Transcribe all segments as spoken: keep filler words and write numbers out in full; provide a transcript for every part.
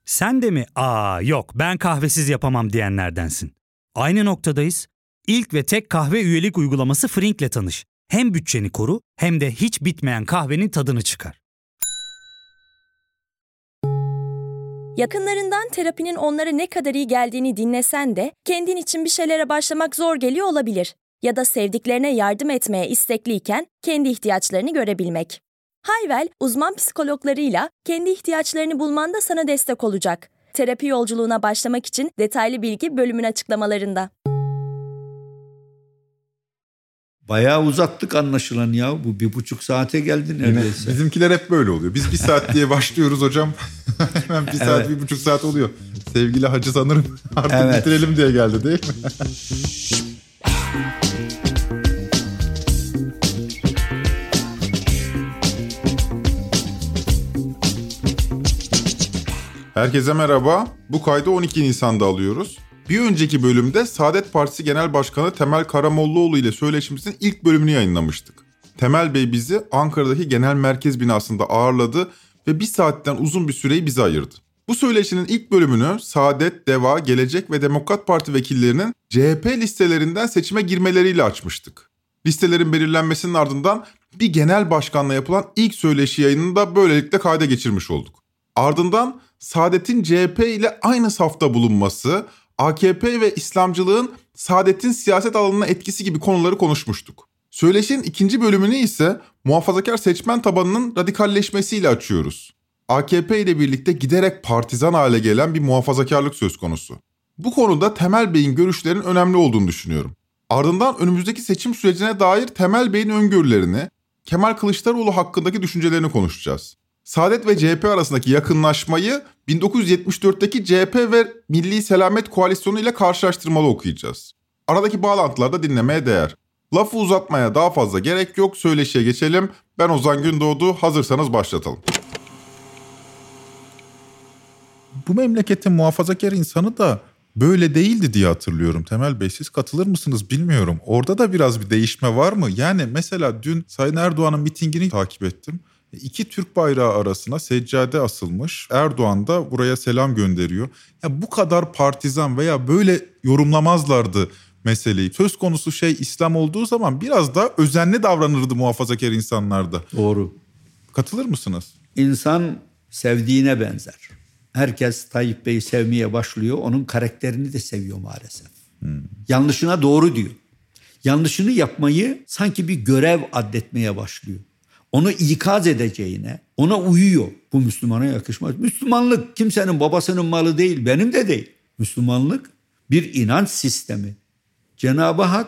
Sen de mi "Aa yok ben kahvesiz yapamam" diyenlerdensin? Aynı noktadayız. İlk ve tek kahve üyelik uygulaması Frink'le tanış. Hem bütçeni koru hem de hiç bitmeyen kahvenin tadını çıkar. Yakınlarından terapinin onlara ne kadar iyi geldiğini dinlesen de kendin için bir şeylere başlamak zor geliyor olabilir. Ya da sevdiklerine yardım etmeye istekliyken kendi ihtiyaçlarını görebilmek. Hayvel, uzman psikologlarıyla kendi ihtiyaçlarını bulmanda sana destek olacak. Terapi yolculuğuna başlamak için detaylı bilgi bölümün açıklamalarında. Bayağı uzattık anlaşılan ya. Bu bir buçuk saate geldi neredeyse. Bizimkiler hep böyle oluyor. Biz bir saat diye başlıyoruz hocam. Hemen bir saat, evet. bir buçuk saat oluyor. Sevgili Hacı sanırım artık evet. bitirelim diye geldi değil mi? Herkese merhaba. Bu kaydı on iki Nisan'da alıyoruz. Bir önceki bölümde Saadet Partisi Genel Başkanı Temel Karamollaoğlu ile söyleşimizin ilk bölümünü yayınlamıştık. Temel Bey bizi Ankara'daki genel merkez binasında ağırladı ve bir saatten uzun bir süreyi bize ayırdı. Bu söyleşinin ilk bölümünü Saadet, Deva, Gelecek ve Demokrat Parti vekillerinin C H P listelerinden seçime girmeleriyle açmıştık. Listelerin belirlenmesinin ardından bir genel başkanla yapılan ilk söyleşi yayınını da böylelikle kayda geçirmiş olduk. Ardından Saadet'in C H P ile aynı safta bulunması, A K P ve İslamcılığın Saadet'in siyaset alanına etkisi gibi konuları konuşmuştuk. Söyleşinin ikinci bölümünü ise muhafazakar seçmen tabanının radikalleşmesiyle açıyoruz. A K P ile birlikte giderek partizan hale gelen bir muhafazakarlık söz konusu. Bu konuda Temel Bey'in görüşlerinin önemli olduğunu düşünüyorum. Ardından önümüzdeki seçim sürecine dair Temel Bey'in öngörülerini, Kemal Kılıçdaroğlu hakkındaki düşüncelerini konuşacağız. Saadet ve C H P arasındaki yakınlaşmayı bin dokuz yüz yetmiş dörtteki C H P ve Milli Selamet Koalisyonu ile karşılaştırmalı okuyacağız. Aradaki bağlantılar da dinlemeye değer. Lafı uzatmaya daha fazla gerek yok, söyleşiye geçelim. Ben Ozan Gündoğdu, hazırsanız başlatalım. Bu memleketin muhafazakar insanı da böyle değildi diye hatırlıyorum. Temel Bey, siz katılır mısınız bilmiyorum. Orada da biraz bir değişme var mı? Yani mesela dün Sayın Erdoğan'ın mitingini takip ettim. İki Türk bayrağı arasına seccade asılmış. Erdoğan da buraya selam gönderiyor. Ya bu kadar partizan veya böyle yorumlamazlardı meseleyi. Söz konusu şey İslam olduğu zaman biraz daha özenli davranırdı muhafazakar insanlarda. Doğru. Katılır mısınız? İnsan sevdiğine benzer. Herkes Tayyip Bey'i sevmeye başlıyor. Onun karakterini de seviyor maalesef. Hmm. Yanlışına doğru diyor. Yanlışını yapmayı sanki bir görev addetmeye başlıyor. Onu ikaz edeceğine, ona uyuyor. Bu Müslümana yakışmaz. Müslümanlık kimsenin babasının malı değil, benim de değil. Müslümanlık bir inanç sistemi. Cenab-ı Hak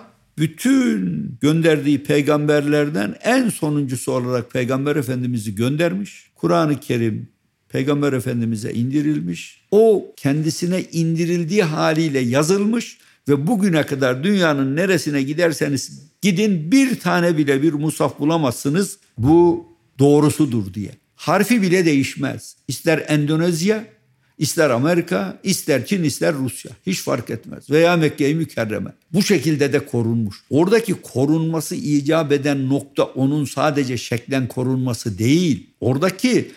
bütün gönderdiği peygamberlerden en sonuncusu olarak Peygamber Efendimiz'i göndermiş. Kur'an-ı Kerim Peygamber Efendimiz'e indirilmiş. O kendisine indirildiği haliyle yazılmış ve bugüne kadar dünyanın neresine giderseniz gidin bir tane bile bir musaf bulamazsınız. Bu doğrusudur diye. Harfi bile değişmez. İster Endonezya, ister Amerika, ister Çin, ister Rusya. Hiç fark etmez. Veya Mekke-i Mükerreme. Bu şekilde de korunmuş. Oradaki korunması icap eden nokta onun sadece şeklen korunması değil. Oradaki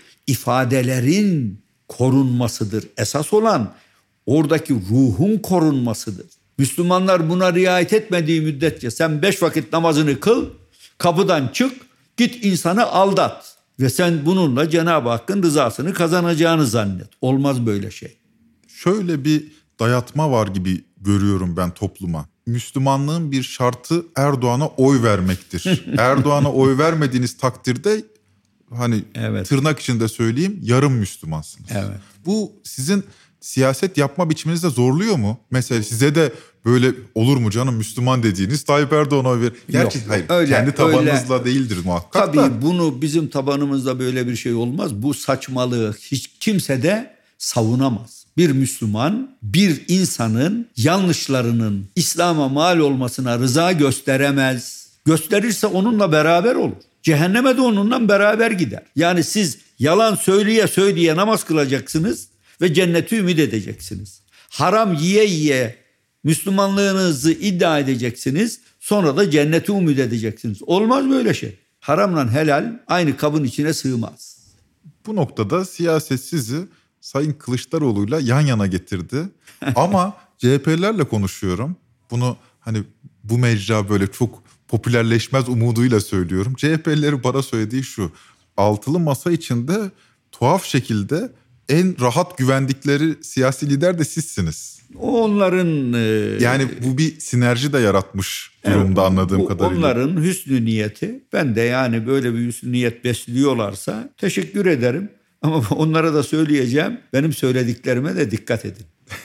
ifadelerin korunmasıdır. Esas olan oradaki ruhun korunmasıdır. Müslümanlar buna riayet etmediği müddetçe sen beş vakit namazını kıl, kapıdan çık, git insanı aldat ve sen bununla Cenab-ı Hakk'ın rızasını kazanacağını zannet. Olmaz böyle şey. Şöyle bir dayatma var gibi görüyorum ben topluma. Müslümanlığın bir şartı Erdoğan'a oy vermektir. Erdoğan'a oy vermediğiniz takdirde hani evet. tırnak içinde söyleyeyim yarım Müslümansınız. Evet. Bu sizin siyaset yapma biçiminizde zorluyor mu? Mesela size de böyle olur mu canım Müslüman dediğiniz Tayyip Erdoğan'a oy verir. Gerçi hayır, öyle, kendi tabanınızla öyle değildir muhakkak. Tabii da. Bunu bizim tabanımızda böyle bir şey olmaz. Bu saçmalığı hiç kimse de savunamaz. Bir Müslüman bir insanın yanlışlarının İslam'a mal olmasına rıza gösteremez. Gösterirse onunla beraber olur. Cehenneme de onunla beraber gider. Yani siz yalan söyleye söyleye namaz kılacaksınız ve cenneti ümit edeceksiniz. Haram yiye yiye Müslümanlığınızı iddia edeceksiniz. Sonra da cenneti ümit edeceksiniz. Olmaz böyle şey. Haramla helal aynı kabın içine sığmaz. Bu noktada siyaset sizi Sayın Kılıçdaroğlu'yla yan yana getirdi. Ama C H P'lilerle konuşuyorum. Bunu hani bu mecra böyle çok popülerleşmez umuduyla söylüyorum. C H P'lilerin bana söylediği şu: altılı masa içinde tuhaf şekilde en rahat güvendikleri siyasi lider de sizsiniz. Onların... E, yani bu bir sinerji de yaratmış durumda, evet, anladığım bu, kadarıyla. Onların hüsnü niyeti. Ben de yani böyle bir hüsnü niyet besliyorlarsa teşekkür ederim. Ama onlara da söyleyeceğim, benim söylediklerime de dikkat edin.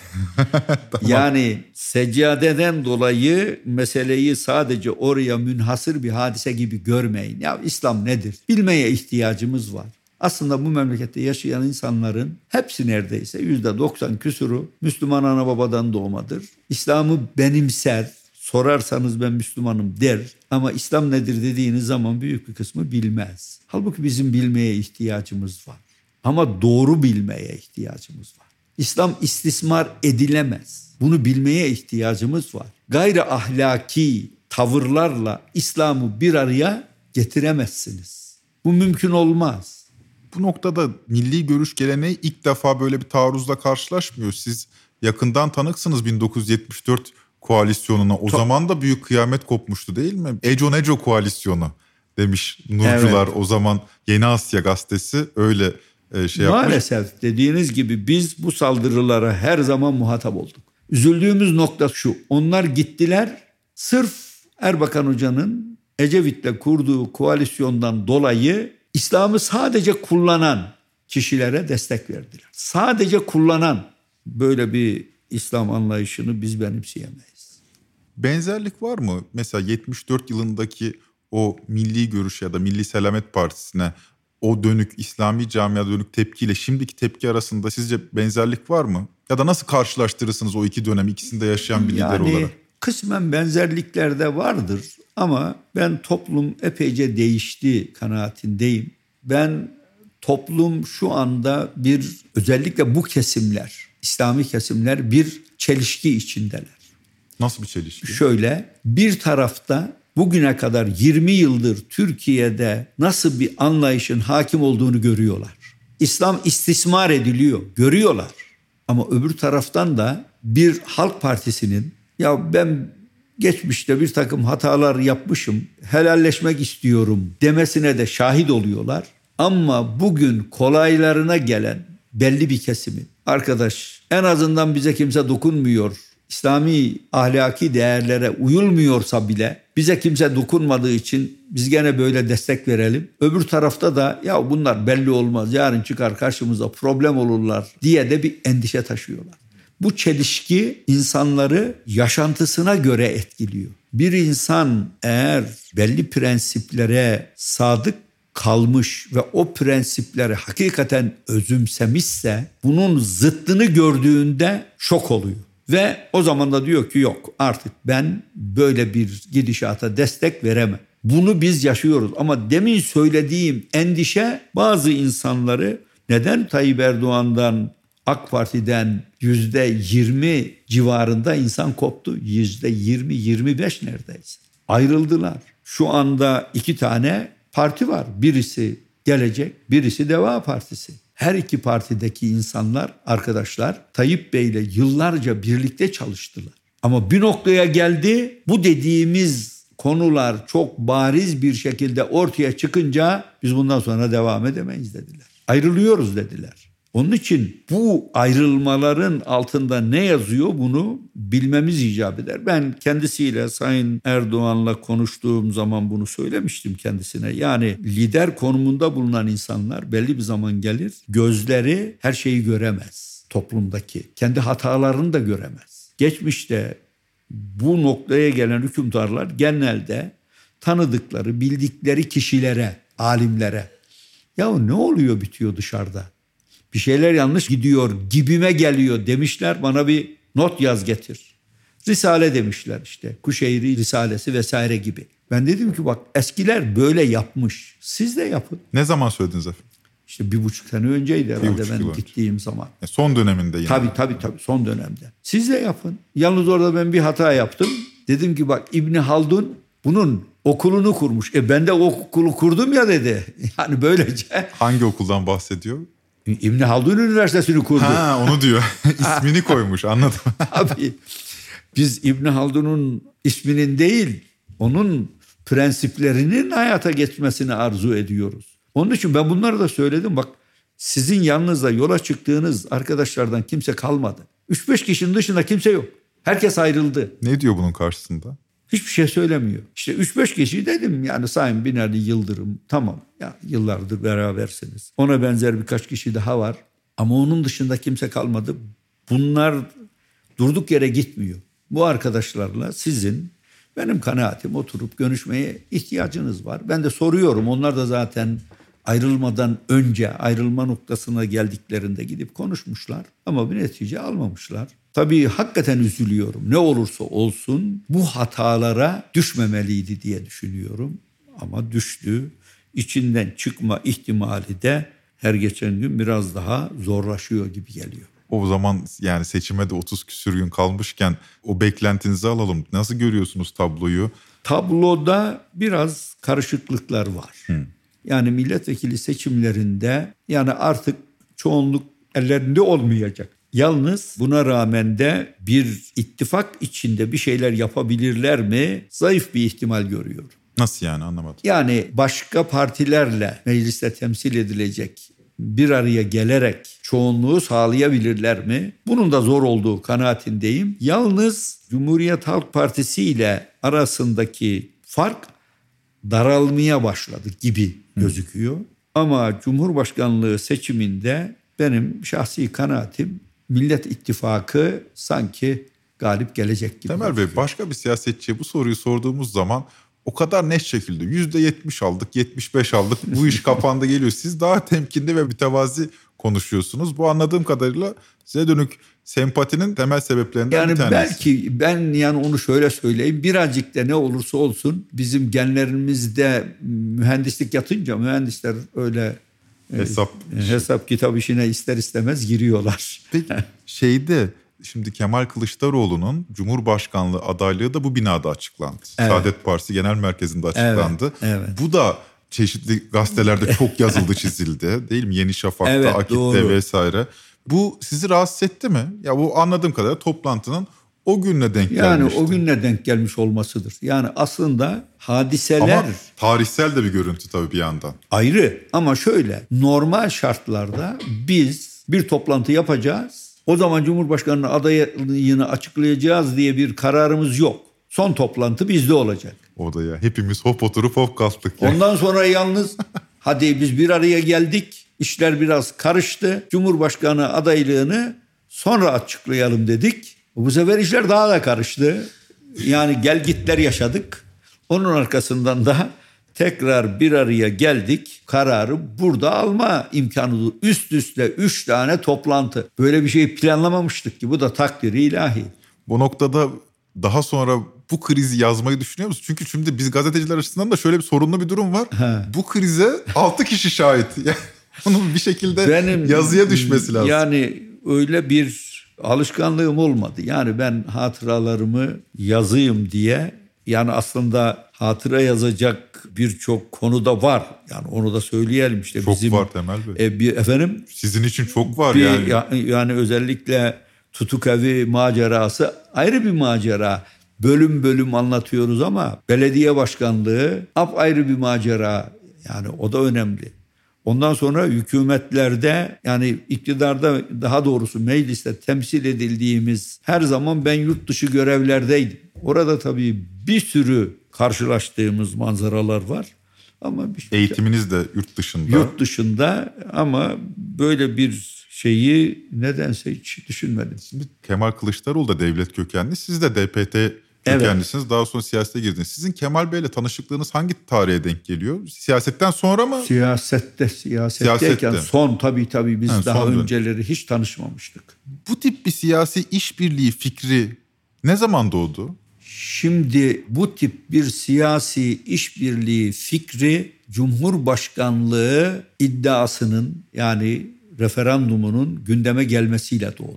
Tamam. Yani seccadeden dolayı meseleyi sadece oraya münhasır bir hadise gibi görmeyin. Ya İslam nedir? Bilmeye ihtiyacımız var. Aslında bu memlekette yaşayan insanların hepsi neredeyse yüzde doksan küsuru Müslüman ana babadan doğmadır. İslam'ı benimser, sorarsanız ben Müslümanım der. Ama İslam nedir dediğiniz zaman büyük bir kısmı bilmez. Halbuki bizim bilmeye ihtiyacımız var. Ama doğru bilmeye ihtiyacımız var. İslam istismar edilemez. Bunu bilmeye ihtiyacımız var. Gayri ahlaki tavırlarla İslam'ı bir araya getiremezsiniz. Bu mümkün olmaz. Bu noktada milli görüş geleneği ilk defa böyle bir taarruzla karşılaşmıyor. Siz yakından tanıksınız bin dokuz yüz yetmiş dört koalisyonuna. O Çok... zaman da büyük kıyamet kopmuştu değil mi? Eco Neco koalisyonu demiş Nurcular, evet. O zaman Yeni Asya gazetesi öyle şey yapmış. Maalesef dediğiniz gibi biz bu saldırılara her zaman muhatap olduk. Üzüldüğümüz nokta şu: onlar gittiler, sırf Erbakan Hoca'nın Ecevit'le kurduğu koalisyondan dolayı İslam'ı sadece kullanan kişilere destek verdiler. Sadece kullanan, böyle bir İslam anlayışını biz benimseyemeyiz. Benzerlik var mı? Mesela yetmiş dört yılındaki o milli görüş ya da Milli Selamet Partisi'ne, o dönük İslami camia dönük tepkiyle şimdiki tepki arasında sizce benzerlik var mı? Ya da nasıl karşılaştırırsınız o iki dönem, ikisinde yaşayan bir yani, lider olarak? Kısmen benzerlikler de vardır ama ben toplum epeyce değişti kanaatindeyim. Ben toplum şu anda bir, özellikle bu kesimler, İslami kesimler bir çelişki içindeler. Nasıl bir çelişki? Şöyle, bir tarafta bugüne kadar yirmi yıldır Türkiye'de nasıl bir anlayışın hakim olduğunu görüyorlar. İslam istismar ediliyor, görüyorlar. Ama öbür taraftan da bir Halk Partisi'nin, ya ben geçmişte bir takım hatalar yapmışım, helalleşmek istiyorum demesine de şahit oluyorlar. Ama bugün kolaylarına gelen belli bir kesimin, arkadaş en azından bize kimse dokunmuyor, İslami ahlaki değerlere uyulmuyorsa bile bize kimse dokunmadığı için biz gene böyle destek verelim. Öbür tarafta da ya bunlar belli olmaz, yarın çıkar karşımıza problem olurlar diye de bir endişe taşıyorlar. Bu çelişki insanları yaşantısına göre etkiliyor. Bir insan eğer belli prensiplere sadık kalmış ve o prensipleri hakikaten özümsemişse bunun zıttını gördüğünde şok oluyor. Ve o zaman da diyor ki yok, artık ben böyle bir gidişata destek veremem. Bunu biz yaşıyoruz ama demin söylediğim endişe bazı insanları, neden Tayyip Erdoğan'dan, AK Parti'den yüzde yirmi civarında insan koptu. yüzde yirmi yirmi beş neredeyse. Ayrıldılar. Şu anda iki tane parti var. Birisi Gelecek, birisi Deva Partisi. Her iki partideki insanlar, arkadaşlar, Tayyip Bey'le yıllarca birlikte çalıştılar. Ama bir noktaya geldi, bu dediğimiz konular çok bariz bir şekilde ortaya çıkınca biz bundan sonra devam edemeyiz dediler. Ayrılıyoruz dediler. Onun için bu ayrılmaların altında ne yazıyor bunu bilmemiz icap eder. Ben kendisiyle, Sayın Erdoğan'la konuştuğum zaman bunu söylemiştim kendisine. Yani lider konumunda bulunan insanlar belli bir zaman gelir, gözleri her şeyi göremez toplumdaki. Kendi hatalarını da göremez. Geçmişte bu noktaya gelen hükümdarlar genelde tanıdıkları, bildikleri kişilere, alimlere, ya ne oluyor bitiyor dışarıda? Bir şeyler yanlış gidiyor gibime geliyor demişler, bana bir not yaz getir. Risale demişler işte, Kuşeyri Risalesi vesaire gibi. Ben dedim ki bak, eskiler böyle yapmış, siz de yapın. Ne zaman söylediniz efendim? İşte bir buçuk sene önceydi herhalde ben gittiğim zaman. E son döneminde yine. Tabii tabii tabii son dönemde. Siz de yapın. Yalnız orada ben bir hata yaptım. Dedim ki bak, İbni Haldun bunun okulunu kurmuş. E ben de o okulu kurdum ya dedi. Yani böylece. Hangi okuldan bahsediyor? İbn Haldun Üniversitesi'ni kurdu. Ha, onu diyor. İsmini koymuş, anladım. Abi biz İbn Haldun'un isminin değil, onun prensiplerinin hayata geçmesini arzu ediyoruz. Onun için ben bunları da söyledim. Bak, sizin yanınızda yola çıktığınız arkadaşlardan kimse kalmadı. üç beş kişinin dışında kimse yok. Herkes ayrıldı. Ne diyor bunun karşısında? Hiçbir şey söylemiyor. İşte üç beş kişi dedim, yani Sayın Binali Yıldırım, tamam ya, yıllardır berabersiniz. Ona benzer birkaç kişi daha var. Ama onun dışında kimse kalmadı. Bunlar durduk yere gitmiyor. Bu arkadaşlarla sizin, benim kanaatim, oturup görüşmeye ihtiyacınız var. Ben de soruyorum. Onlar da zaten ayrılmadan önce, ayrılma noktasına geldiklerinde gidip konuşmuşlar. Ama bir netice almamışlar. Tabii hakikaten üzülüyorum. Ne olursa olsun bu hatalara düşmemeliydi diye düşünüyorum. Ama düştü. İçinden çıkma ihtimali de her geçen gün biraz daha zorlaşıyor gibi geliyor. O zaman yani seçime de otuz küsür gün kalmışken o beklentinizi alalım. Nasıl görüyorsunuz tabloyu? Tabloda biraz karışıklıklar var. Hı. Yani milletvekili seçimlerinde yani artık çoğunluk ellerinde olmayacak. Yalnız buna rağmen de bir ittifak içinde bir şeyler yapabilirler mi? Zayıf bir ihtimal görüyorum. Nasıl yani, anlamadım. Yani başka partilerle mecliste temsil edilecek bir araya gelerek çoğunluğu sağlayabilirler mi? Bunun da zor olduğu kanaatindeyim. Yalnız Cumhuriyet Halk Partisi ile arasındaki fark daralmaya başladı gibi gözüküyor. Hı. Ama Cumhurbaşkanlığı seçiminde benim şahsi kanaatim Millet İttifakı sanki galip gelecek gibi. Temel Bey, başka bir siyasetçiye bu soruyu sorduğumuz zaman o kadar net şekilde yüzde yetmiş aldık, yetmiş beş aldık, bu iş kapandı geliyor. Siz daha temkinli ve mütevazi konuşuyorsunuz. Bu anladığım kadarıyla size dönük sempatinin temel sebeplerinden yani bir tanesi. Yani belki ben yani onu şöyle söyleyeyim. Birazcık da ne olursa olsun bizim genlerimizde mühendislik yatınca mühendisler öyle hesap e, hesap kitap işine ister istemez giriyorlar. Peki şeyde şimdi Kemal Kılıçdaroğlu'nun Cumhurbaşkanlığı adaylığı da bu binada açıklandı. Evet. Saadet Partisi Genel Merkezi'nde açıklandı. Evet, evet. Bu da çeşitli gazetelerde çok yazıldı, çizildi. Değil mi? Yeni Şafak'ta, evet, Akit'te doğru. Vesaire. Bu sizi rahatsız etti mi? Ya bu anladığım kadarıyla toplantının o günle denk yani gelmişti. Yani o günle denk gelmiş olmasıdır. Yani aslında hadiseler... Ama tarihsel de bir görüntü tabii bir yandan. Ayrı ama şöyle, normal şartlarda biz bir toplantı yapacağız. O zaman Cumhurbaşkanı'nın adayını açıklayacağız diye bir kararımız yok. Son toplantı bizde olacak. O da ya hepimiz hop oturup hop kalktık. Ya. Ondan sonra yalnız hadi biz bir araya geldik. İşler biraz karıştı. Cumhurbaşkanı adaylığını sonra açıklayalım dedik. Bu sefer işler daha da karıştı. Yani gelgitler yaşadık. Onun arkasından da tekrar bir araya geldik. Kararı burada alma imkanı. Üst üste üç tane toplantı. Böyle bir şey planlamamıştık ki. Bu da takdiri ilahi. Bu noktada daha sonra bu krizi yazmayı düşünüyor musun? Çünkü şimdi biz gazeteciler açısından da şöyle bir sorunlu bir durum var. Ha. Bu krize altı kişi şahit. Onun bir şekilde benim yazıya düşmesi lazım. Yani öyle bir alışkanlığım olmadı. Yani ben hatıralarımı yazayım diye, yani aslında hatıra yazacak birçok konuda var. Yani onu da söyleyelim işte. Çok bizim, var Temel Bey. E, bir, efendim? Sizin için çok var bir, yani. Ya, yani özellikle Tutukevi macerası ayrı bir macera. Bölüm bölüm anlatıyoruz ama belediye başkanlığı apayrı bir macera. Yani o da önemli. Ondan sonra hükümetlerde, yani iktidarda, daha doğrusu mecliste temsil edildiğimiz her zaman ben yurt dışı görevlerdeydim. Orada tabii bir sürü karşılaştığımız manzaralar var. Ama bir şey, eğitiminiz de yurt dışında. Yurt dışında ama böyle bir şeyi nedense hiç düşünmedim. Şimdi Kemal Kılıçdaroğlu da devlet kökenli. Siz de D P T kökenlisiniz. Evet. Daha sonra siyasete girdiniz. Sizin Kemal Bey'le tanışıklığınız hangi tarihe denk geliyor? Siyasetten sonra mı? Siyasette, siyasetteyken Siyasette. son tabii tabii biz yani daha önceleri dön. hiç tanışmamıştık. Bu tip bir siyasi işbirliği fikri ne zaman doğdu? Şimdi bu tip bir siyasi işbirliği fikri Cumhurbaşkanlığı iddiasının, yani referandumunun gündeme gelmesiyle doğdu.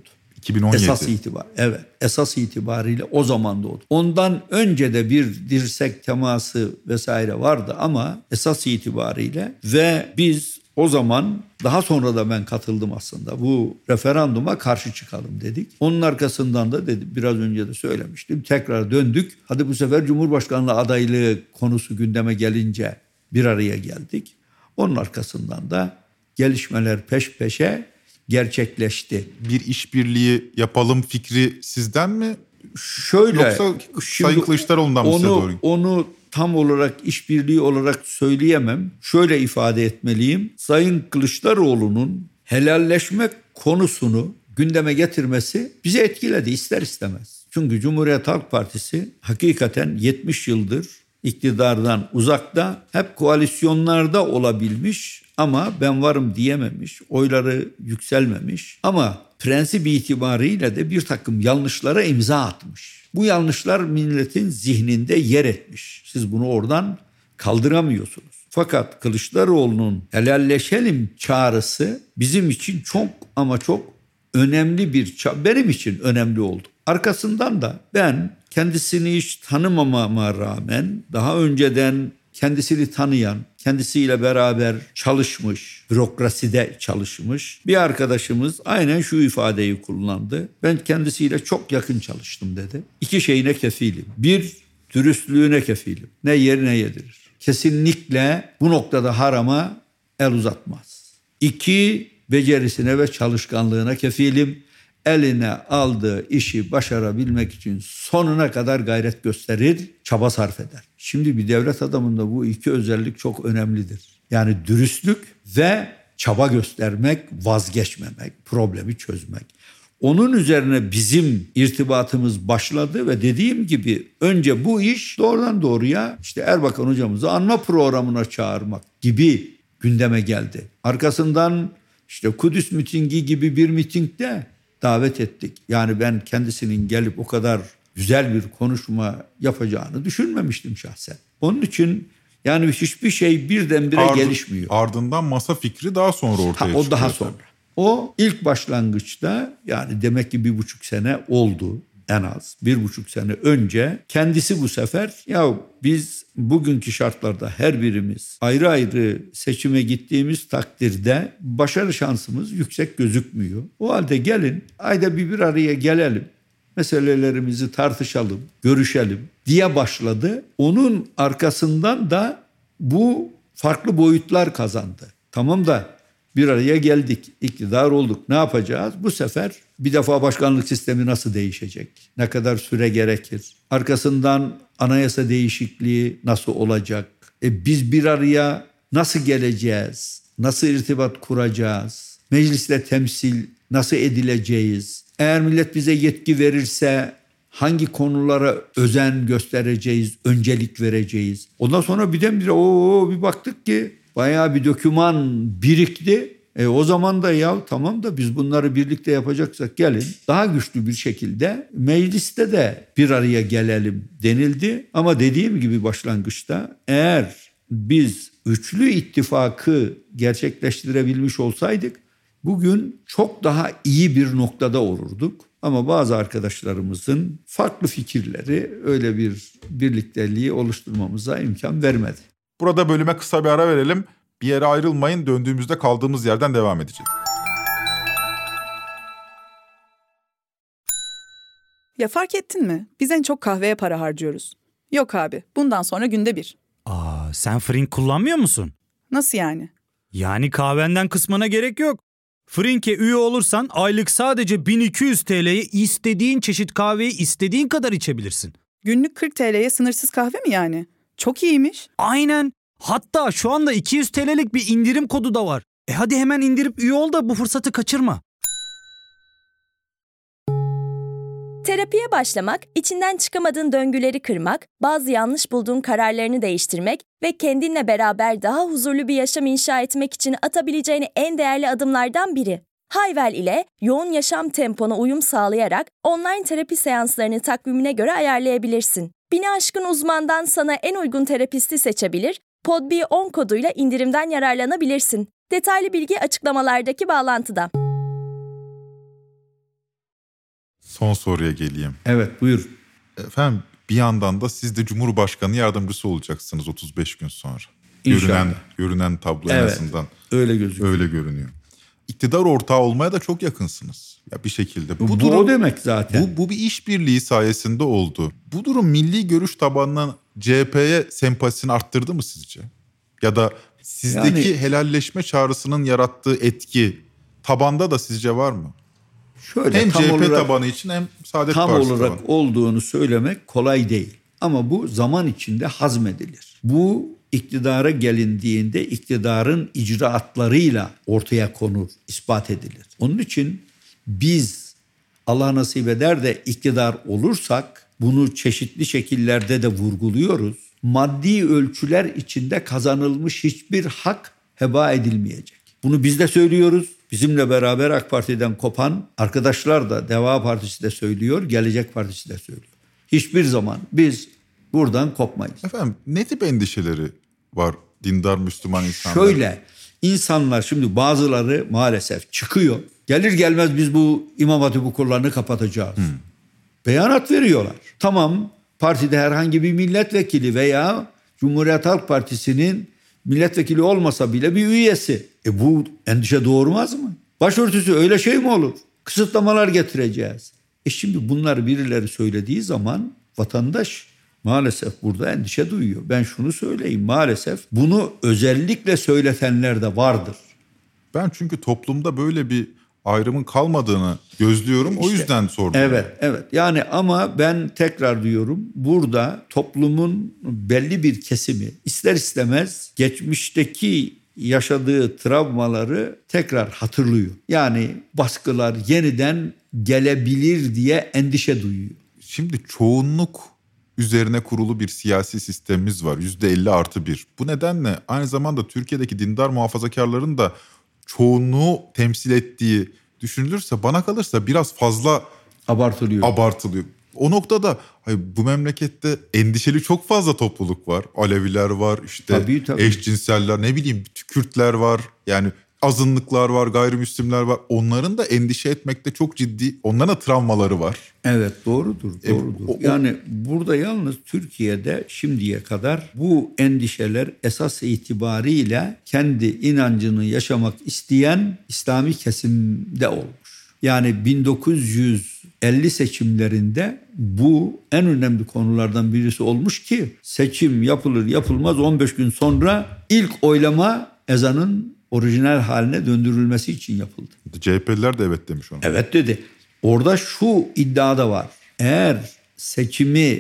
iki bin on yedi. Esas itibar, evet. Esas itibariyle o zaman doğdu. Ondan önce de bir dirsek teması vesaire vardı ama esas itibariyle ve biz o zaman daha sonra da ben katıldım aslında. Bu referanduma karşı çıkalım dedik. Onun arkasından da dedi, biraz önce de söylemiştim. Tekrar döndük. Hadi bu sefer Cumhurbaşkanlığı adaylığı konusu gündeme gelince bir araya geldik. Onun arkasından da gelişmeler peş peşe gerçekleşti. Bir işbirliği yapalım fikri sizden mi? Şöyle. Yoksa Sayın Kılıçdaroğlu'ndan mı size doğru? Onu tam olarak işbirliği olarak söyleyemem. Şöyle ifade etmeliyim. Sayın Kılıçdaroğlu'nun helalleşme konusunu gündeme getirmesi bizi etkiledi ister istemez. Çünkü Cumhuriyet Halk Partisi hakikaten yetmiş yıldır iktidardan uzakta, hep koalisyonlarda olabilmiş ama ben varım diyememiş, oyları yükselmemiş ama prensip itibariyle de bir takım yanlışlara imza atmış. Bu yanlışlar milletin zihninde yer etmiş. Siz bunu oradan kaldıramıyorsunuz. Fakat Kılıçdaroğlu'nun helalleşelim çağrısı bizim için çok ama çok önemli bir çağrı. Benim için önemli oldu. Arkasından da ben kendisini hiç tanımamama rağmen daha önceden kendisini tanıyan, kendisiyle beraber çalışmış, bürokraside çalışmış bir arkadaşımız aynen şu ifadeyi kullandı. Ben kendisiyle çok yakın çalıştım dedi. İki şeyine kefilim. Bir, dürüstlüğüne kefilim. Ne yer ne yedirir. Kesinlikle bu noktada harama el uzatmaz. İki, becerisine ve çalışkanlığına kefilim. Eline aldığı işi başarabilmek için sonuna kadar gayret gösterir, çaba sarf eder. Şimdi bir devlet adamında bu iki özellik çok önemlidir. Yani dürüstlük ve çaba göstermek, vazgeçmemek, problemi çözmek. Onun üzerine bizim irtibatımız başladı ve dediğim gibi önce bu iş doğrudan doğruya işte Erbakan hocamızı anma programına çağırmak gibi gündeme geldi. Arkasından işte Kudüs mitingi gibi bir mitingde davet ettik. Yani ben kendisinin gelip o kadar güzel bir konuşma yapacağını düşünmemiştim şahsen. Onun için yani hiçbir şey birdenbire Ardı, gelişmiyor. Ardından masa fikri daha sonra ortaya ha, çıkıyor. O daha sonra. O ilk başlangıçta yani demek ki bir buçuk sene oldu en az. Bir buçuk sene önce kendisi bu sefer ya biz bugünkü şartlarda her birimiz ayrı ayrı seçime gittiğimiz takdirde başarı şansımız yüksek gözükmüyor. O halde gelin ayda bir bir araya gelelim. Meselelerimizi tartışalım, görüşelim diye başladı. Onun arkasından da bu farklı boyutlar kazandı. Tamam da bir araya geldik, iktidar olduk. Ne yapacağız? Bu sefer bir defa başkanlık sistemi nasıl değişecek? Ne kadar süre gerekir? Arkasından anayasa değişikliği nasıl olacak? E biz bir araya nasıl geleceğiz? Nasıl irtibat kuracağız? Mecliste temsil nasıl edileceğiz? Eğer millet bize yetki verirse hangi konulara özen göstereceğiz, öncelik vereceğiz? Ondan sonra birdenbire o bir baktık ki bayağı bir doküman birikti. E o zaman da ya tamam da biz bunları birlikte yapacaksak gelin daha güçlü bir şekilde mecliste de bir araya gelelim denildi. Ama dediğim gibi başlangıçta eğer biz üçlü ittifakı gerçekleştirebilmiş olsaydık bugün çok daha iyi bir noktada olurduk. Ama bazı arkadaşlarımızın farklı fikirleri öyle bir birlikteliği oluşturmamıza imkan vermedi. Burada bölüme kısa bir ara verelim. Bir yere ayrılmayın. Döndüğümüzde kaldığımız yerden devam edeceğiz. Ya fark ettin mi? Biz en çok kahveye para harcıyoruz. Yok abi, bundan sonra günde bir. Aa, sen Frink kullanmıyor musun? Nasıl yani? Yani kahvenden kısmına gerek yok. Frink'e üye olursan aylık sadece bin iki yüz T L'ye istediğin çeşit kahveyi istediğin kadar içebilirsin. Günlük kırk T L'ye sınırsız kahve mi yani? Çok iyiymiş. Aynen. Hatta şu anda iki yüz T L'lik bir indirim kodu da var. E hadi hemen indirip üye ol da bu fırsatı kaçırma. Terapiye başlamak, içinden çıkamadığın döngüleri kırmak, bazı yanlış bulduğun kararlarını değiştirmek ve kendinle beraber daha huzurlu bir yaşam inşa etmek için atabileceğin en değerli adımlardan biri. Hayvel ile yoğun yaşam tempona uyum sağlayarak online terapi seanslarını takvimine göre ayarlayabilirsin. Bini aşkın uzmandan sana en uygun terapisti seçebilir, Podb on koduyla indirimden yararlanabilirsin. Detaylı bilgi açıklamalardaki bağlantıda. Son soruya geleyim. Evet, buyur. Efendim, bir yandan da siz de Cumhurbaşkanı yardımcısı olacaksınız otuz beş gün sonra. İnşallah. Görünen, görünen tablo Evet, en azından. Öyle gözüküyor. Öyle görünüyor. İktidar ortağı olmaya da çok yakınsınız. Ya bir şekilde. Bu, Bu, bu durum, o demek zaten. Bu, bu bir işbirliği sayesinde oldu. Bu durum milli görüş tabanından C H P'ye sempatisini arttırdı mı sizce? Ya da sizdeki Yani, helalleşme çağrısının yarattığı etki tabanda da sizce var mı? Şöyle, Hem tam C H P olarak, tabanı için hem Saadet tam Partisi olarak tabanı. olduğunu söylemek kolay değil. Ama bu zaman içinde hazmedilir. Bu iktidara gelindiğinde iktidarın icraatlarıyla ortaya konur, ispat edilir. Onun için biz Allah nasip eder de iktidar olursak bunu çeşitli şekillerde de vurguluyoruz. Maddi ölçüler içinde kazanılmış hiçbir hak heba edilmeyecek. Bunu biz de söylüyoruz. Bizimle beraber AK Parti'den kopan arkadaşlar da Deva Partisi de söylüyor, Gelecek Partisi de söylüyor. Hiçbir zaman biz buradan kopmayız. Efendim, ne tip endişeleri var dindar Müslüman insanlar? Şöyle, insanlar şimdi bazıları maalesef çıkıyor. Gelir gelmez biz bu İmam Hatip okullarını kapatacağız. Hmm. Beyanat veriyorlar. Tamam, partide herhangi bir milletvekili veya Cumhuriyet Halk Partisi'nin milletvekili olmasa bile bir üyesi. E bu endişe doğurmaz mı? Başörtüsü öyle şey mi olur? Kısıtlamalar getireceğiz. E şimdi bunları birileri söylediği zaman vatandaş maalesef burada endişe duyuyor. Ben şunu söyleyeyim, maalesef bunu özellikle söyletenler de vardır. Ben çünkü toplumda böyle bir ayrımın kalmadığını gözlüyorum. İşte, o yüzden sordum. Evet, evet. Yani ama ben tekrar diyorum, burada toplumun belli bir kesimi ister istemez geçmişteki yaşadığı travmaları tekrar hatırlıyor. Yani baskılar yeniden gelebilir diye endişe duyuyor. Şimdi çoğunluk üzerine kurulu bir siyasi sistemimiz var. yüzde elli artı bir. Bu nedenle aynı zamanda Türkiye'deki dindar muhafazakarların da çoğunluğu temsil ettiği düşünülürse, bana kalırsa biraz fazla abartılıyor. abartılıyor. O noktada hayır, bu memlekette endişeli çok fazla topluluk var. Aleviler var, işte tabii, tabii. eşcinseller, ne bileyim Kürtler var. Yani azınlıklar var, gayrimüslimler var. Onların da endişe etmekte çok ciddi, onların da travmaları var. Evet, doğrudur, doğrudur. E, o, yani burada yalnız Türkiye'de şimdiye kadar bu endişeler esas itibariyle kendi inancını yaşamak isteyen İslami kesimde olmuş. Yani bin dokuz yüz elli seçimlerinde bu en önemli konulardan birisi olmuş ki seçim yapılır yapılmaz on beş gün sonra ilk oylama ezanın orijinal haline döndürülmesi için yapıldı. C H P'liler de evet demiş ona. Evet dedi. Orada şu iddia da var. Eğer seçimi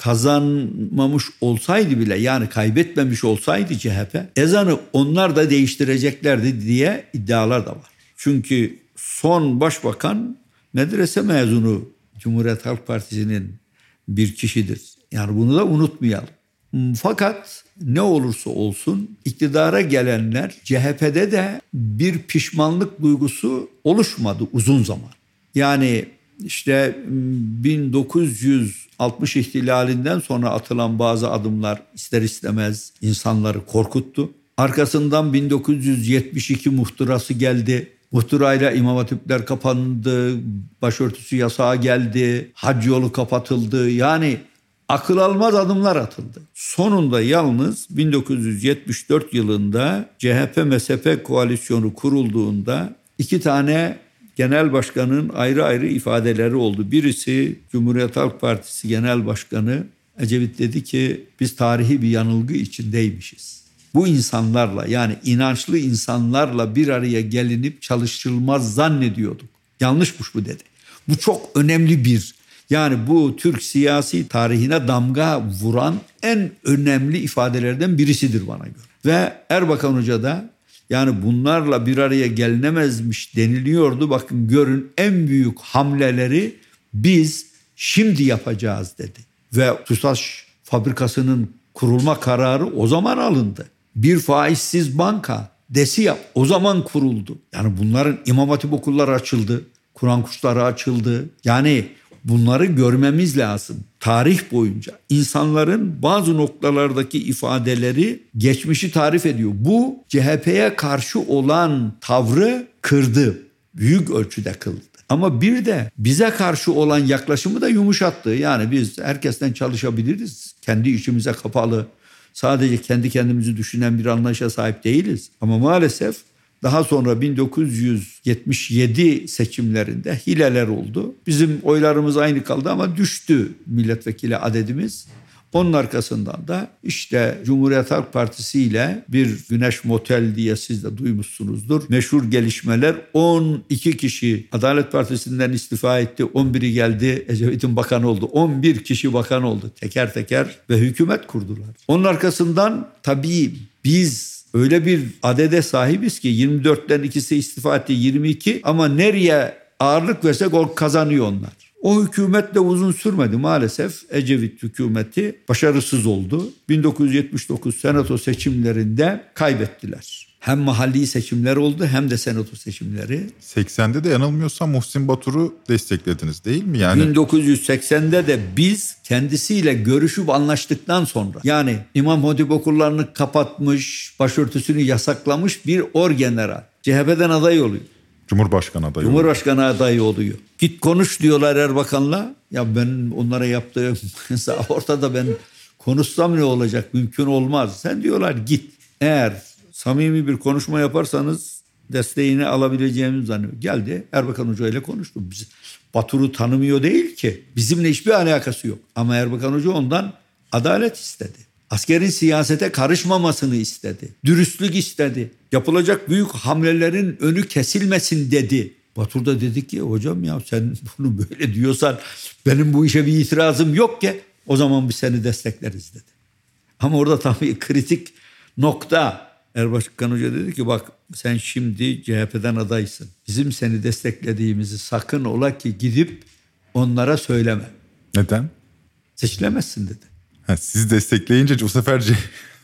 kazanmamış olsaydı bile, yani kaybetmemiş olsaydı C H P, ezanı onlar da değiştireceklerdi diye iddialar da var. Çünkü son başbakan medrese mezunu Cumhuriyet Halk Partisi'nin bir kişidir. Yani bunu da unutmayalım. Fakat ne olursa olsun iktidara gelenler, C H P'de de bir pişmanlık duygusu oluşmadı uzun zaman. Yani işte bin dokuz yüz altmış ihtilalinden sonra atılan bazı adımlar ister istemez insanları korkuttu. Arkasından bin dokuz yüz yetmiş iki muhtırası geldi. Muhtırayla İmam Hatipler kapandı, başörtüsü yasağı geldi, hac yolu kapatıldı. Yani akıl almaz adımlar atıldı. Sonunda yalnız bin dokuz yüz yetmiş dört yılında C H P M S P koalisyonu kurulduğunda iki tane genel başkanın ayrı ayrı ifadeleri oldu. Birisi Cumhuriyet Halk Partisi Genel Başkanı Ecevit dedi ki biz tarihi bir yanılgı içindeymişiz. Bu insanlarla, yani inançlı insanlarla bir araya gelinip çalışılmaz zannediyorduk. Yanlışmış bu dedi. Bu çok önemli bir, yani bu Türk siyasi tarihine damga vuran en önemli ifadelerden birisidir bana göre. Ve Erbakan Hoca da yani bunlarla bir araya gelinemezmiş deniliyordu. Bakın görün, en büyük hamleleri biz şimdi yapacağız dedi. Ve TUSAŞ fabrikasının kurulma kararı o zaman alındı. Bir faizsiz banka, DESİAP o zaman kuruldu. Yani bunların İmam Hatip okulları açıldı, Kur'an kursları açıldı. Yani bunları görmemiz lazım. Tarih boyunca insanların bazı noktalardaki ifadeleri geçmişi tarif ediyor. Bu C H P'ye karşı olan tavrı kırdı. Büyük ölçüde kıldı. Ama bir de bize karşı olan yaklaşımı da yumuşattı. Yani biz herkesten çalışabiliriz. Kendi içimize kapalı, sadece kendi kendimizi düşünen bir anlayışa sahip değiliz. Ama maalesef daha sonra bin dokuz yüz yetmiş yedi seçimlerinde hileler oldu. Bizim oylarımız aynı kaldı ama düştü milletvekili adedimiz. Onun arkasından da işte Cumhuriyet Halk Partisi ile bir Güneş Motel diye siz de duymuşsunuzdur. Meşhur gelişmeler, on iki kişi Adalet Partisi'nden istifa etti. on biri geldi Ecevit'in bakanı oldu. on bir kişi bakan oldu teker teker ve hükümet kurdular. Onun arkasından tabii biz öyle bir adede sahibiz ki yirmi dörtten ikisi istifa etti, yirmi iki, ama nereye ağırlık versek o kazanıyor onlar. O hükümet de uzun sürmedi maalesef. Ecevit hükümeti başarısız oldu. bin dokuz yüz yetmiş dokuz senato seçimlerinde kaybettiler. Hem mahalli seçimler oldu hem de senato seçimleri. seksende de yanılmıyorsam Muhsin Batur'u desteklediniz değil mi? Yani bin dokuz yüz seksende de biz kendisiyle görüşüp anlaştıktan sonra, yani İmam Hatip okullarını kapatmış, başörtüsünü yasaklamış bir orgeneral C H P'den aday oluyor. Cumhurbaşkanı adayı. Cumhurbaşkanı adayı oluyor. Git konuş diyorlar Erbakan'la. Ya ben onlara yaptığım ortada, ben konuşsam ne olacak? Mümkün olmaz. Sen diyorlar git. Eğer samimi bir konuşma yaparsanız desteğini alabileceğimiz zannediyor. Geldi Erbakan Hoca ile konuştu. Biz, Batur'u tanımıyor değil ki. Bizimle hiçbir alakası yok. Ama Erbakan Hoca ondan adalet istedi. Askerin siyasete karışmamasını istedi. Dürüstlük istedi. Yapılacak büyük hamlelerin önü kesilmesin dedi. Batur da dedi ki hocam ya sen bunu böyle diyorsan benim bu işe bir itirazım yok ki, o zaman biz seni destekleriz dedi. Ama orada tabii kritik nokta, Erbakan Hoca dedi ki bak sen şimdi C H P'den adaysın. Bizim seni desteklediğimizi sakın ola ki gidip onlara söyleme. Neden? Seçilemezsin dedi. Ha, siz destekleyince bu sefer C...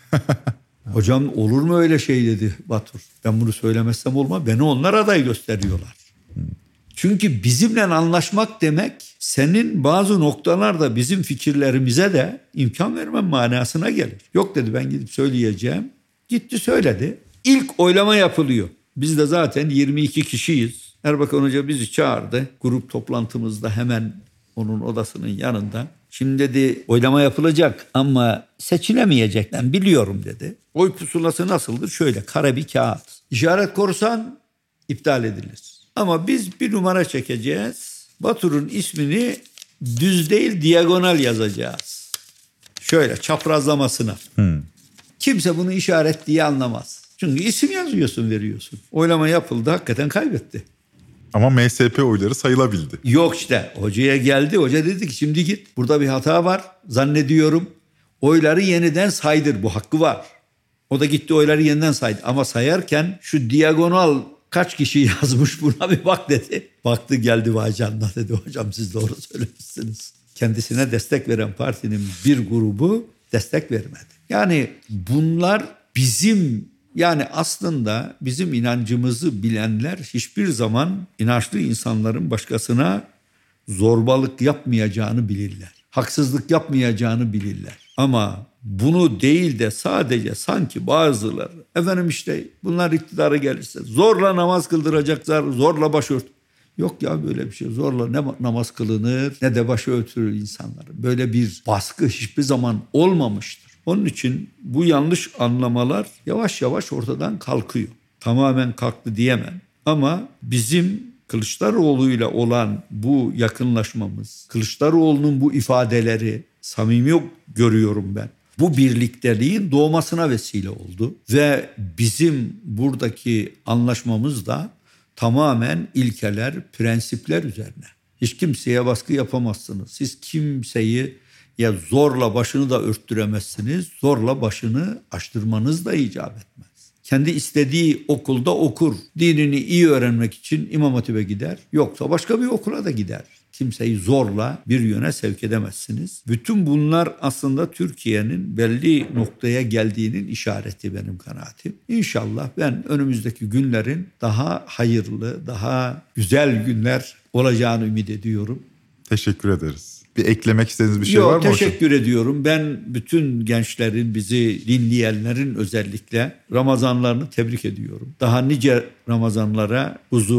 Hocam olur mu öyle şey dedi Batur. Ben bunu söylemezsem olmaz. Beni onlar aday gösteriyorlar. Hmm. Çünkü bizimle anlaşmak demek senin bazı noktalarda bizim fikirlerimize de imkan vermen manasına gelir. Yok dedi ben gidip söyleyeceğim. Gitti söyledi. İlk oylama yapılıyor. Biz de zaten yirmi iki kişiyiz. Erbakan Hoca bizi çağırdı. Grup toplantımızda hemen onun odasının yanında. Şimdi dedi oylama yapılacak ama seçilemeyecek ben biliyorum dedi. Oy pusulası nasıldır? Şöyle kara bir kağıt. İşaret korsan iptal edilir. Ama biz bir numara çekeceğiz. Batur'un ismini düz değil diagonal yazacağız. Şöyle çaprazlamasına. Hmm. Kimse bunu işaret diye anlamaz. Çünkü isim yazıyorsun, veriyorsun. Oylama yapıldı, hakikaten kaybetti. Ama M S P oyları sayılabildi. Yok işte hocaya geldi. Hoca dedi ki şimdi git. Burada bir hata var. Zannediyorum oyları yeniden saydır. Bu hakkı var. O da gitti oyları yeniden saydı. Ama sayarken şu diagonal kaç kişi yazmış buna bir bak dedi. Baktı geldi vay canına dedi. Hocam siz doğru söylemişsiniz. Kendisine destek veren partinin bir grubu destek vermedi. Yani bunlar bizim... Yani aslında bizim inancımızı bilenler hiçbir zaman inançlı insanların başkasına zorbalık yapmayacağını bilirler. Haksızlık yapmayacağını bilirler. Ama bunu değil de sadece sanki bazıları efendim işte bunlar iktidara gelirse zorla namaz kıldıracaklar, zorla başört. Yok ya böyle bir şey, zorla ne namaz kılınır ne de başörtülür insanların. Böyle bir baskı hiçbir zaman olmamıştır. Onun için bu yanlış anlamalar yavaş yavaş ortadan kalkıyor. Tamamen kalktı diyemem. Ama bizim Kılıçdaroğlu'yla olan bu yakınlaşmamız, Kılıçdaroğlu'nun bu ifadeleri samimi görüyorum ben. Bu birlikteliğin doğmasına vesile oldu. Ve bizim buradaki anlaşmamız da tamamen ilkeler, prensipler üzerine. Hiç kimseye baskı yapamazsınız. Siz kimseyi ya zorla başını da örttüremezsiniz, zorla başını açtırmanız da icap etmez. Kendi istediği okulda okur. Dinini iyi öğrenmek için İmam Hatip'e gider. Yoksa başka bir okula da gider. Kimseyi zorla bir yöne sevk edemezsiniz. Bütün bunlar aslında Türkiye'nin belli noktaya geldiğinin işareti benim kanaatim. İnşallah ben önümüzdeki günlerin daha hayırlı, daha güzel günler olacağını ümit ediyorum. Teşekkür ederiz. Bir eklemek istediğiniz bir şey Yok, var mı hocam? Teşekkür ediyorum. Ben bütün gençlerin, bizi dinleyenlerin özellikle Ramazanlarını tebrik ediyorum. Daha nice Ramazanlara huzur,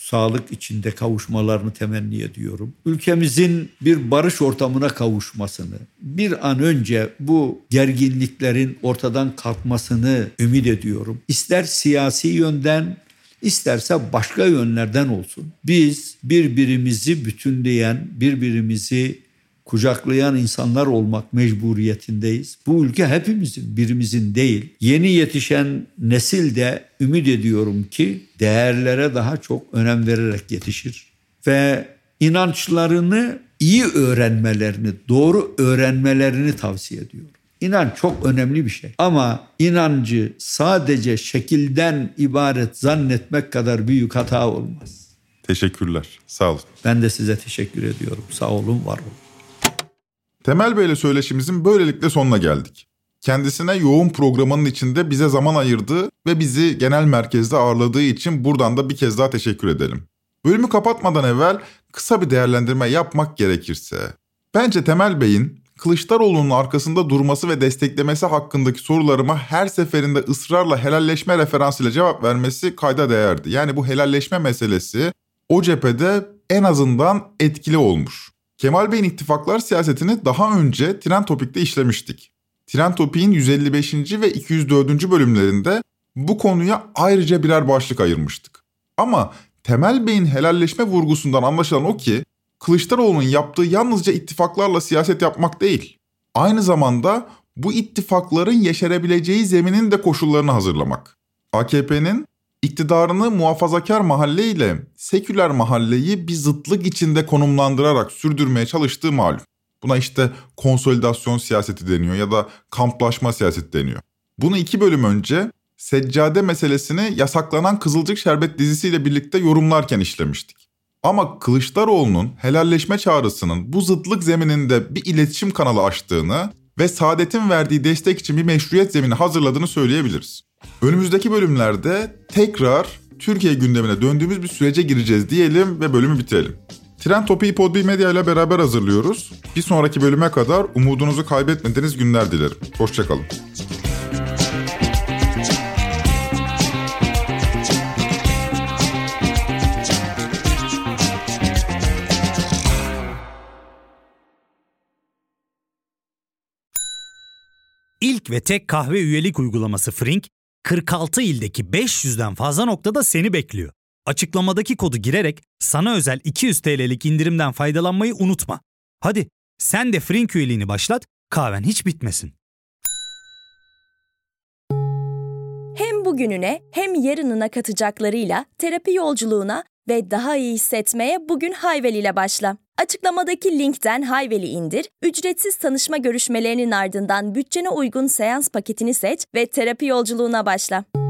sağlık içinde kavuşmalarını temenni ediyorum. Ülkemizin bir barış ortamına kavuşmasını, bir an önce bu gerginliklerin ortadan kalkmasını ümit ediyorum. İster siyasi yönden, İsterse başka yönlerden olsun. Biz birbirimizi bütünleyen, birbirimizi kucaklayan insanlar olmak mecburiyetindeyiz. Bu ülke hepimizin, birimizin değil. Yeni yetişen nesil de ümit ediyorum ki değerlere daha çok önem vererek yetişir. Ve inançlarını iyi öğrenmelerini, doğru öğrenmelerini tavsiye ediyorum. İnanç çok önemli bir şey. Ama inancı sadece şekilden ibaret zannetmek kadar büyük hata olmaz. Teşekkürler. Sağ olun. Ben de size teşekkür ediyorum. Sağ olun, var olun. Temel Bey ile söyleşimizin böylelikle sonuna geldik. Kendisine yoğun programının içinde bize zaman ayırdığı ve bizi genel merkezde ağırladığı için buradan da bir kez daha teşekkür edelim. Bölümü kapatmadan evvel kısa bir değerlendirme yapmak gerekirse, bence Temel Bey'in Kılıçdaroğlu'nun arkasında durması ve desteklemesi hakkındaki sorularıma her seferinde ısrarla helalleşme referansıyla cevap vermesi kayda değerdi. Yani bu helalleşme meselesi o cephede en azından etkili olmuş. Kemal Bey'in ittifaklar siyasetini daha önce Trend Topik'te işlemiştik. Trend Topik'in yüz elli beşinci ve iki yüz dördüncü bölümlerinde bu konuya ayrıca birer başlık ayırmıştık. Ama Temel Bey'in helalleşme vurgusundan anlaşılan o ki, Kılıçdaroğlu'nun yaptığı yalnızca ittifaklarla siyaset yapmak değil, aynı zamanda bu ittifakların yeşerebileceği zeminin de koşullarını hazırlamak. A K P'nin iktidarını muhafazakar mahalle ile seküler mahalleyi bir zıtlık içinde konumlandırarak sürdürmeye çalıştığı malum. Buna işte konsolidasyon siyaseti deniyor ya da kamplaşma siyaseti deniyor. Bunu iki bölüm önce seccade meselesini yasaklanan Kızılcık Şerbet dizisiyle birlikte yorumlarken işlemiştik. Ama Kılıçdaroğlu'nun helalleşme çağrısının bu zıtlık zemininde bir iletişim kanalı açtığını ve Saadet'in verdiği destek için bir meşruiyet zemini hazırladığını söyleyebiliriz. Önümüzdeki bölümlerde tekrar Türkiye gündemine döndüğümüz bir sürece gireceğiz diyelim ve bölümü bitirelim. Trend Topik'i Podbi Medya ile beraber hazırlıyoruz. Bir sonraki bölüme kadar umudunuzu kaybetmediğiniz günler dilerim. Hoşçakalın. İlk ve tek kahve üyelik uygulaması Frink, kırk altı ildeki beş yüzden fazla noktada seni bekliyor. Açıklamadaki kodu girerek sana özel iki yüz TL'lik indirimden faydalanmayı unutma. Hadi sen de Frink üyeliğini başlat, kahven hiç bitmesin. Hem bugününe hem yarınına katacaklarıyla terapi yolculuğuna ve daha iyi hissetmeye bugün Hayvel ile başla. Açıklamadaki linkten Hayvel'i indir, ücretsiz tanışma görüşmelerinin ardından bütçene uygun seans paketini seç ve terapi yolculuğuna başla.